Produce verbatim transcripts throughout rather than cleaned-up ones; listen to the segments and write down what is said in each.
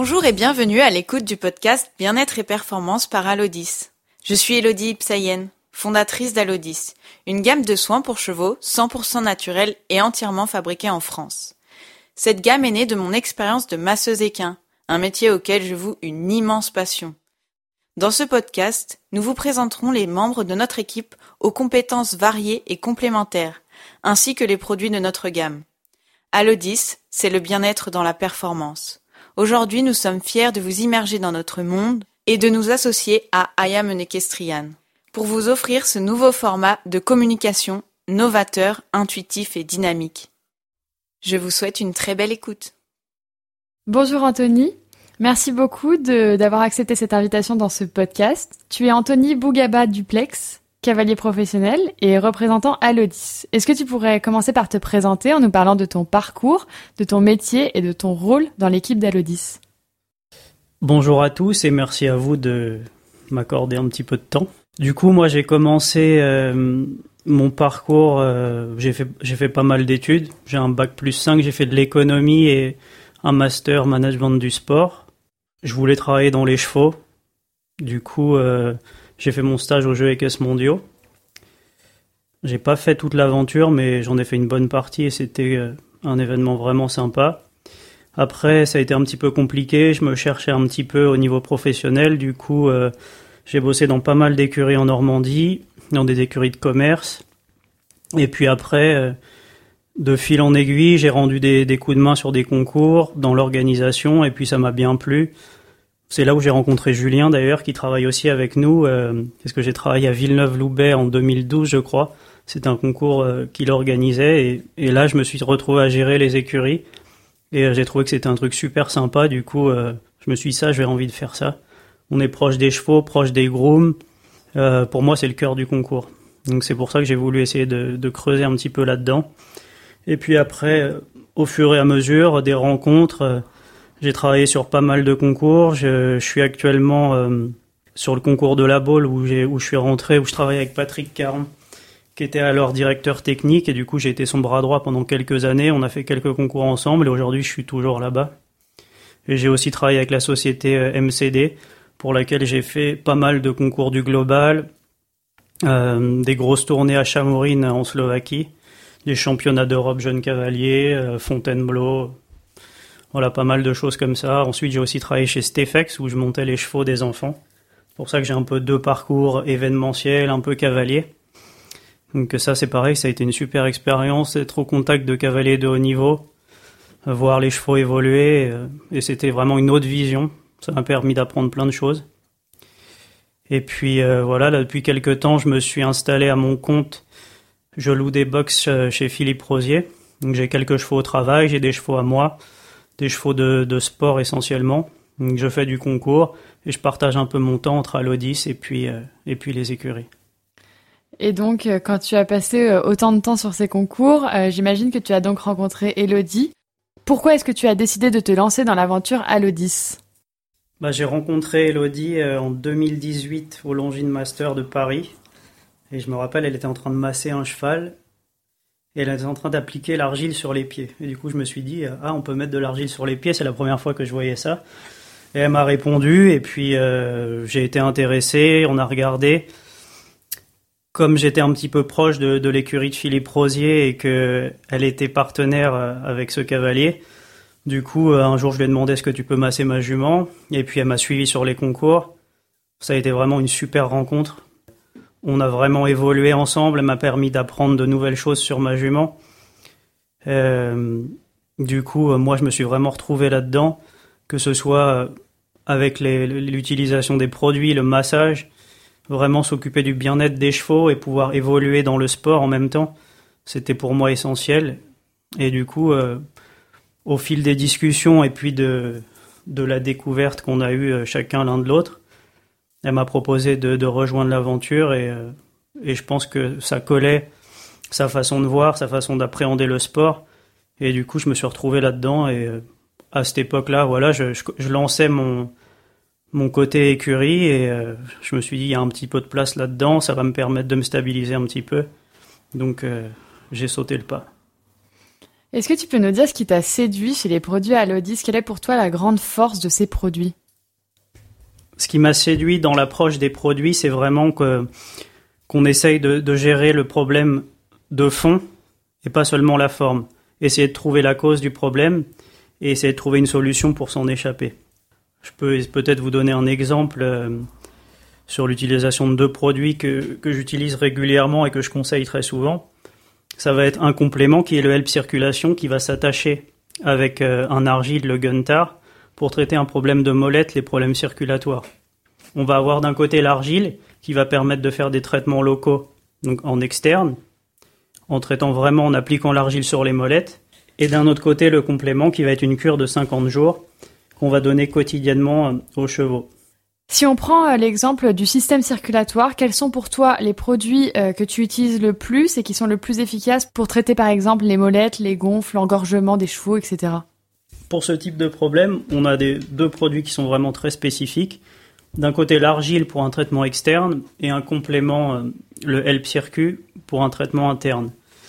Bonjour et bienvenue à l'écoute du podcast Bien-être et performance par Allodis. Je suis Elodie Ipsayen, fondatrice d'Allodis, une gamme de soins pour chevaux cent pour cent naturels et entièrement fabriqués en France. Cette gamme est née de mon expérience de masseuse équin, un métier auquel je voue une immense passion. Dans ce podcast, nous vous présenterons les membres de notre équipe aux compétences variées et complémentaires, ainsi que les produits de notre gamme. Allodis, c'est le bien-être dans la performance. Aujourd'hui, nous sommes fiers de vous immerger dans notre monde et de nous associer à Aya Menekestrian pour vous offrir ce nouveau format de communication novateur, intuitif et dynamique. Je vous souhaite une très belle écoute. Bonjour Anthony, merci beaucoup de, d'avoir accepté cette invitation dans ce podcast. Tu es Anthony Bougaba Duplex, cavalier professionnel et représentant Allodis. Est-ce que tu pourrais commencer par te présenter en nous parlant de ton parcours, de ton métier et de ton rôle dans l'équipe d'Allodis ? Bonjour à tous et merci à vous de m'accorder un petit peu de temps. Du coup, moi j'ai commencé euh, mon parcours, euh, j'ai fait, j'ai fait pas mal d'études. J'ai un bac plus cinq, j'ai fait de l'économie et un master management du sport. Je voulais travailler dans les chevaux. Du coup, euh, j'ai fait mon stage aux Jeux équestres mondiaux. J'ai pas fait toute l'aventure, mais j'en ai fait une bonne partie et c'était euh, un événement vraiment sympa. Après, ça a été un petit peu compliqué. Je me cherchais un petit peu au niveau professionnel. Du coup, euh, j'ai bossé dans pas mal d'écuries en Normandie, dans des écuries de commerce. Et puis après, euh, de fil en aiguille, j'ai rendu des, des coups de main sur des concours, dans l'organisation, et puis ça m'a bien plu. C'est là où j'ai rencontré Julien d'ailleurs, qui travaille aussi avec nous, euh, parce que j'ai travaillé à Villeneuve-Loubet en deux mille douze, je crois. C'est un concours euh, qu'il organisait, et, et là je me suis retrouvé à gérer les écuries, et euh, j'ai trouvé que c'était un truc super sympa. Du coup, euh, je me suis dit ça, j'ai envie de faire ça. On est proche des chevaux, proche des grooms. Euh, pour moi, c'est le cœur du concours. Donc c'est pour ça que j'ai voulu essayer de, de creuser un petit peu là-dedans. Et puis après, euh, au fur et à mesure des rencontres, euh, j'ai travaillé sur pas mal de concours. Je, je suis actuellement euh, sur le concours de la Baule où, j'ai, où je suis rentré, où je travaille avec Patrick Caron, qui était alors directeur technique. Et du coup, j'ai été son bras droit pendant quelques années. On a fait quelques concours ensemble et aujourd'hui, je suis toujours là-bas. Et j'ai aussi travaillé avec la société euh, M C D, pour laquelle j'ai fait pas mal de concours du global, euh, des grosses tournées à Chamorin en Slovaquie, des championnats d'Europe jeunes cavaliers, euh, Fontainebleau, voilà, pas mal de choses comme ça. Ensuite, j'ai aussi travaillé chez Stefex où je montais les chevaux des enfants. C'est pour ça que j'ai un peu deux parcours événementiels, un peu cavalier. Donc ça, c'est pareil, ça a été une super expérience, être au contact de cavaliers de haut niveau, voir les chevaux évoluer, et c'était vraiment une autre vision. Ça m'a permis d'apprendre plein de choses. Et puis euh, voilà, là, depuis quelques temps, je me suis installé à mon compte. Je loue des box chez Philippe Rosier. Donc j'ai quelques chevaux au travail, j'ai des chevaux à moi, des chevaux de, de sport essentiellement. Donc je fais du concours et je partage un peu mon temps entre Allodis et puis, euh, et puis les écuries. Et donc, quand tu as passé autant de temps sur ces concours, euh, j'imagine que tu as donc rencontré Elodie. Pourquoi est-ce que tu as décidé de te lancer dans l'aventure Allodis ? Bah, j'ai rencontré Elodie euh, en deux mille dix-huit au Longines Master de Paris. Et je me rappelle, elle était en train de masser un cheval. Et elle était en train d'appliquer l'argile sur les pieds. Et du coup, je me suis dit, ah, on peut mettre de l'argile sur les pieds, c'est la première fois que je voyais ça. Et elle m'a répondu, et puis euh, j'ai été intéressé, on a regardé. Comme j'étais un petit peu proche de, de l'écurie de Philippe Rosier et qu'elle était partenaire avec ce cavalier, du coup, un jour, je lui ai demandé, est-ce que tu peux masser ma jument ? Et puis, elle m'a suivi sur les concours. Ça a été vraiment une super rencontre. On a vraiment évolué ensemble. Elle m'a permis d'apprendre de nouvelles choses sur ma jument. Euh, du coup, moi, je me suis vraiment retrouvé là-dedans, que ce soit avec les, l'utilisation des produits, le massage, vraiment s'occuper du bien-être des chevaux et pouvoir évoluer dans le sport en même temps. C'était pour moi essentiel. Et du coup, euh, au fil des discussions et puis de, de la découverte qu'on a eue chacun l'un de l'autre, elle m'a proposé de, de rejoindre l'aventure et, euh, et je pense que ça collait sa façon de voir, sa façon d'appréhender le sport. Et du coup, je me suis retrouvé là-dedans et euh, à cette époque-là, voilà, je, je, je lançais mon, mon côté écurie et euh, je me suis dit, il y a un petit peu de place là-dedans, ça va me permettre de me stabiliser un petit peu. Donc, euh, j'ai sauté le pas. Est-ce que tu peux nous dire ce qui t'a séduit chez les produits Alodis? Quelle est pour toi la grande force de ces produits? Ce qui m'a séduit dans l'approche des produits, c'est vraiment que, qu'on essaye de, de gérer le problème de fond et pas seulement la forme. Essayer de trouver la cause du problème et essayer de trouver une solution pour s'en échapper. Je peux peut-être vous donner un exemple euh, sur l'utilisation de deux produits que, que j'utilise régulièrement et que je conseille très souvent. Ça va être un complément qui est le Help Circulation qui va s'attacher avec euh, un argile, le Guntar, pour traiter un problème de mollette, les problèmes circulatoires. On va avoir d'un côté l'argile qui va permettre de faire des traitements locaux, donc en externe, en traitant vraiment, en appliquant l'argile sur les molettes. Et d'un autre côté, le complément qui va être une cure de cinquante jours qu'on va donner quotidiennement euh, aux chevaux. Si on prend l'exemple du système circulatoire, quels sont pour toi les produits euh, que tu utilises le plus et qui sont le plus efficaces pour traiter par exemple les molettes, les gonfles, l'engorgement des chevaux, et cetera. Pour ce type de problème, on a des, deux produits qui sont vraiment très spécifiques. D'un côté, l'argile pour un traitement externe et un complément, euh, le Help Circu, pour un traitement interne.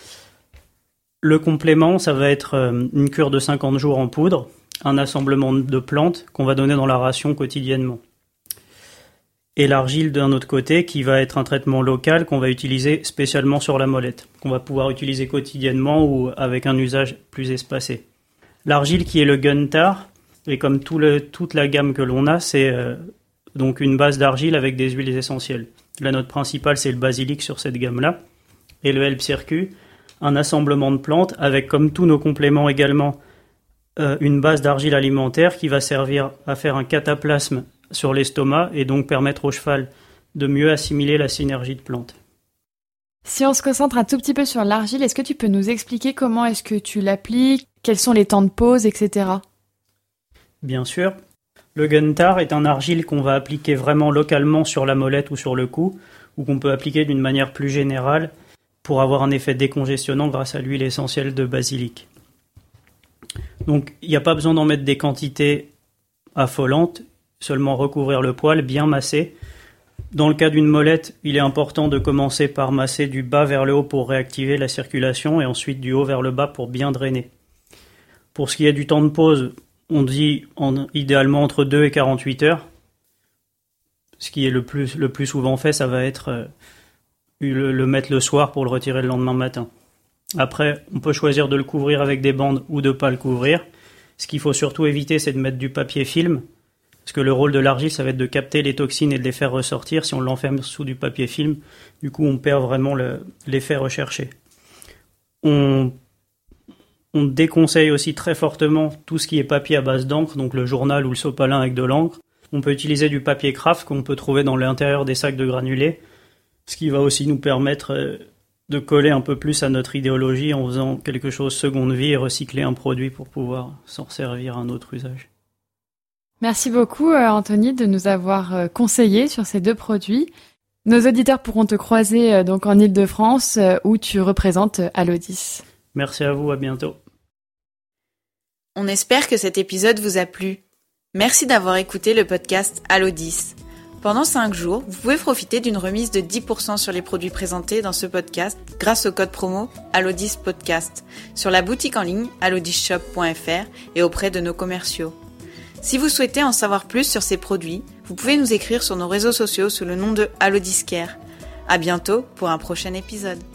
Le complément, ça va être euh, une cure de cinquante jours en poudre, un assemblement de plantes qu'on va donner dans la ration quotidiennement. Et l'argile d'un autre côté qui va être un traitement local qu'on va utiliser spécialement sur la mollette, qu'on va pouvoir utiliser quotidiennement ou avec un usage plus espacé. L'argile qui est le Guntar, et comme tout le, toute la gamme que l'on a, c'est euh, donc une base d'argile avec des huiles essentielles. La note principale, c'est le basilic sur cette gamme-là. Et le Help Circu, un assemblement de plantes avec, comme tous nos compléments également, euh, une base d'argile alimentaire qui va servir à faire un cataplasme sur l'estomac et donc permettre au cheval de mieux assimiler la synergie de plantes. Si on se concentre un tout petit peu sur l'argile, est-ce que tu peux nous expliquer comment est-ce que tu l'appliques, quels sont les temps de pause, et cetera. Bien sûr. Le Guntar est un argile qu'on va appliquer vraiment localement sur la molette ou sur le cou, ou qu'on peut appliquer d'une manière plus générale pour avoir un effet décongestionnant grâce à l'huile essentielle de basilic. Donc il n'y a pas besoin d'en mettre des quantités affolantes, seulement recouvrir le poil, bien masser. Dans le cas d'une molette, il est important de commencer par masser du bas vers le haut pour réactiver la circulation et ensuite du haut vers le bas pour bien drainer. Pour ce qui est du temps de pause, on dit en, idéalement entre deux et quarante-huit heures. Ce qui est le plus, le plus souvent fait, ça va être euh, le, le mettre le soir pour le retirer le lendemain matin. Après, on peut choisir de le couvrir avec des bandes ou de ne pas le couvrir. Ce qu'il faut surtout éviter, c'est de mettre du papier film. Parce que le rôle de l'argile, ça va être de capter les toxines et de les faire ressortir. Si on l'enferme sous du papier film, du coup, on perd vraiment le, l'effet recherché. On, on déconseille aussi très fortement tout ce qui est papier à base d'encre, donc le journal ou le sopalin avec de l'encre. On peut utiliser du papier craft qu'on peut trouver dans l'intérieur des sacs de granulés, ce qui va aussi nous permettre de coller un peu plus à notre idéologie en faisant quelque chose seconde vie et recycler un produit pour pouvoir s'en servir à un autre usage. Merci beaucoup euh, Anthony de nous avoir euh, conseillé sur ces deux produits. Nos auditeurs pourront te croiser euh, donc en Île-de-France euh, où tu représentes euh, Alodis. Merci à vous, à bientôt. On espère que cet épisode vous a plu. Merci d'avoir écouté le podcast Alodis. Pendant cinq jours, vous pouvez profiter d'une remise de dix pour cent sur les produits présentés dans ce podcast grâce au code promo Alodis Podcast sur la boutique en ligne alodis shop point f r et auprès de nos commerciaux. Si vous souhaitez en savoir plus sur ces produits, vous pouvez nous écrire sur nos réseaux sociaux sous le nom de Alodis Care. À bientôt pour un prochain épisode.